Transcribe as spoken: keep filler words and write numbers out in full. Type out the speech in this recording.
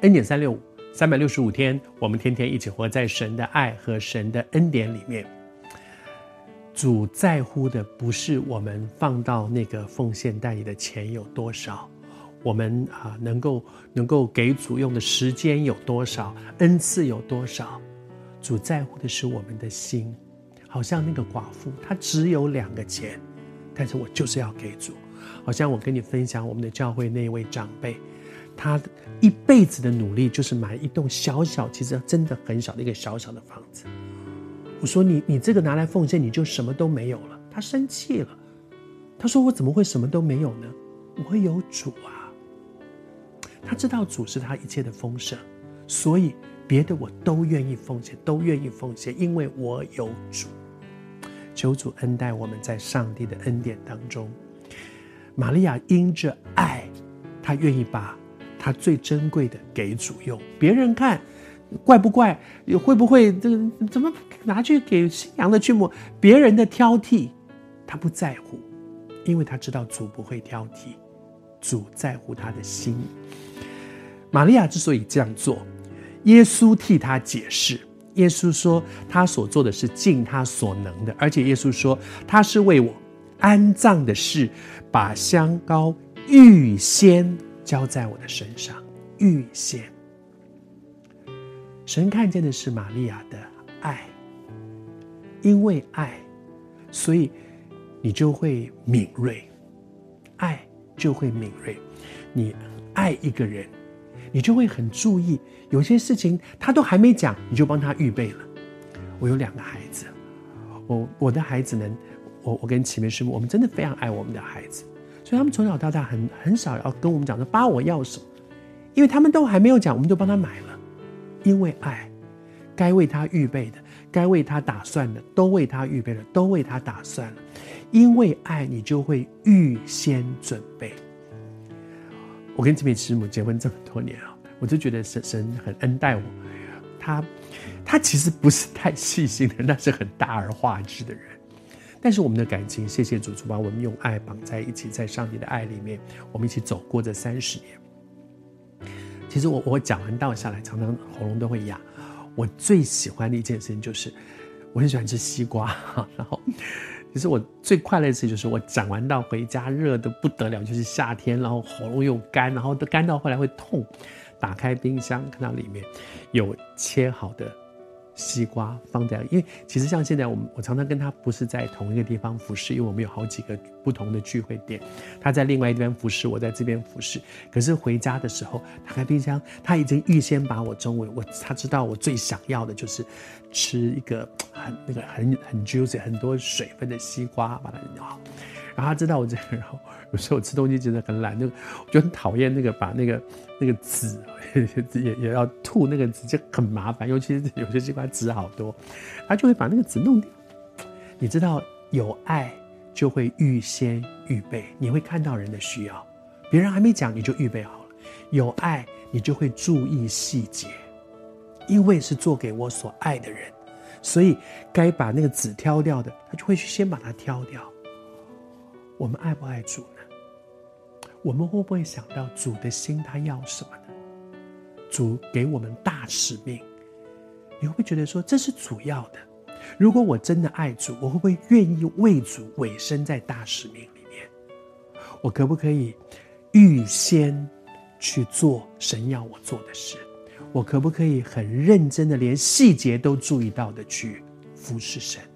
恩典三六五，三百六十五天，我们天天一起活在神的爱和神的恩典里面。主在乎的不是我们放到那个奉献袋里的钱有多少，我们啊能够能够给主用的时间有多少，恩赐有多少。主在乎的是我们的心。好像那个寡妇，她只有两个钱，但是我就是要给主。好像我跟你分享我们的教会那位长辈，他一辈子的努力就是买一栋小小，其实真的很小的一个小小的房子。我说你你这个拿来奉献，你就什么都没有了。他生气了，他说我怎么会什么都没有呢？我有主啊。他知道主是他一切的丰盛，所以别的我都愿意奉献，都愿意奉献，因为我有主。求主恩待我们在上帝的恩典当中。玛利亚因着爱，她愿意把她最珍贵的给主用。别人看怪不怪，会不会这个怎么拿去给信仰的去抹？别人的挑剔她不在乎，因为她知道主不会挑剔，主在乎她的心。玛利亚之所以这样做，耶稣替她解释。耶稣说他所做的是尽他所能的，而且耶稣说他是为我安葬的事把香膏预先交在我的身上。预先，神看见的是玛利亚的爱，因为爱，所以你就会敏锐，爱就会敏锐。你爱一个人，你就会很注意，有些事情他都还没讲，你就帮他预备了。我有两个孩子，我我的孩子们，我我跟启明师母，我们真的非常爱我们的孩子，所以他们从小到大很很少要跟我们讲说爸我要什么，因为他们都还没有讲，我们就帮他买了。因为爱，该为他预备的，该为他打算的，都为他预备了，都为他打算了。因为爱，你就会预先准备。我跟启明师母结婚这么多年啊，我就觉得神神很恩待我。他他其实不是太细心的人，那是很大而化之的人。但是我们的感情，谢谢主，主把我们用爱绑在一起，在上帝的爱里面，我们一起走过这三十年。其实我我讲完道下来，常常喉咙都会哑。我最喜欢的一件事情就是，我很喜欢吃西瓜，然后其实我最快乐的事就是我讲完道回家热得不得了，就是夏天，然后喉咙又干，然后都干到后来会痛。打开冰箱，看到里面有切好的西瓜放在，因为其实像现在我们我常常跟他不是在同一个地方服侍，因为我们有好几个不同的聚会点，他在另外一边服侍，我在这边服侍。可是回家的时候打开冰箱，他已经预先把我中午我他知道我最想要的就是吃一个很那个很很 juicy 很多水分的西瓜，把它好。然后他知道我这个，然后有时候我吃东西觉得很懒，那个我就很讨厌那个把那个那个籽也也要吐那个籽，就很麻烦，尤其是有些西瓜籽好多，他就会把那个籽弄掉。你知道有爱就会预先预备，你会看到人的需要，别人还没讲你就预备好了。有爱你就会注意细节，因为是做给我所爱的人，所以该把那个籽挑掉的，他就会去先把它挑掉。我们爱不爱主呢？我们会不会想到主的心他要什么呢？主给我们大使命，你会不会觉得说这是主要的？如果我真的爱主，我会不会愿意为主委身在大使命里面？我可不可以预先去做神要我做的事？我可不可以很认真的连细节都注意到的去服侍神？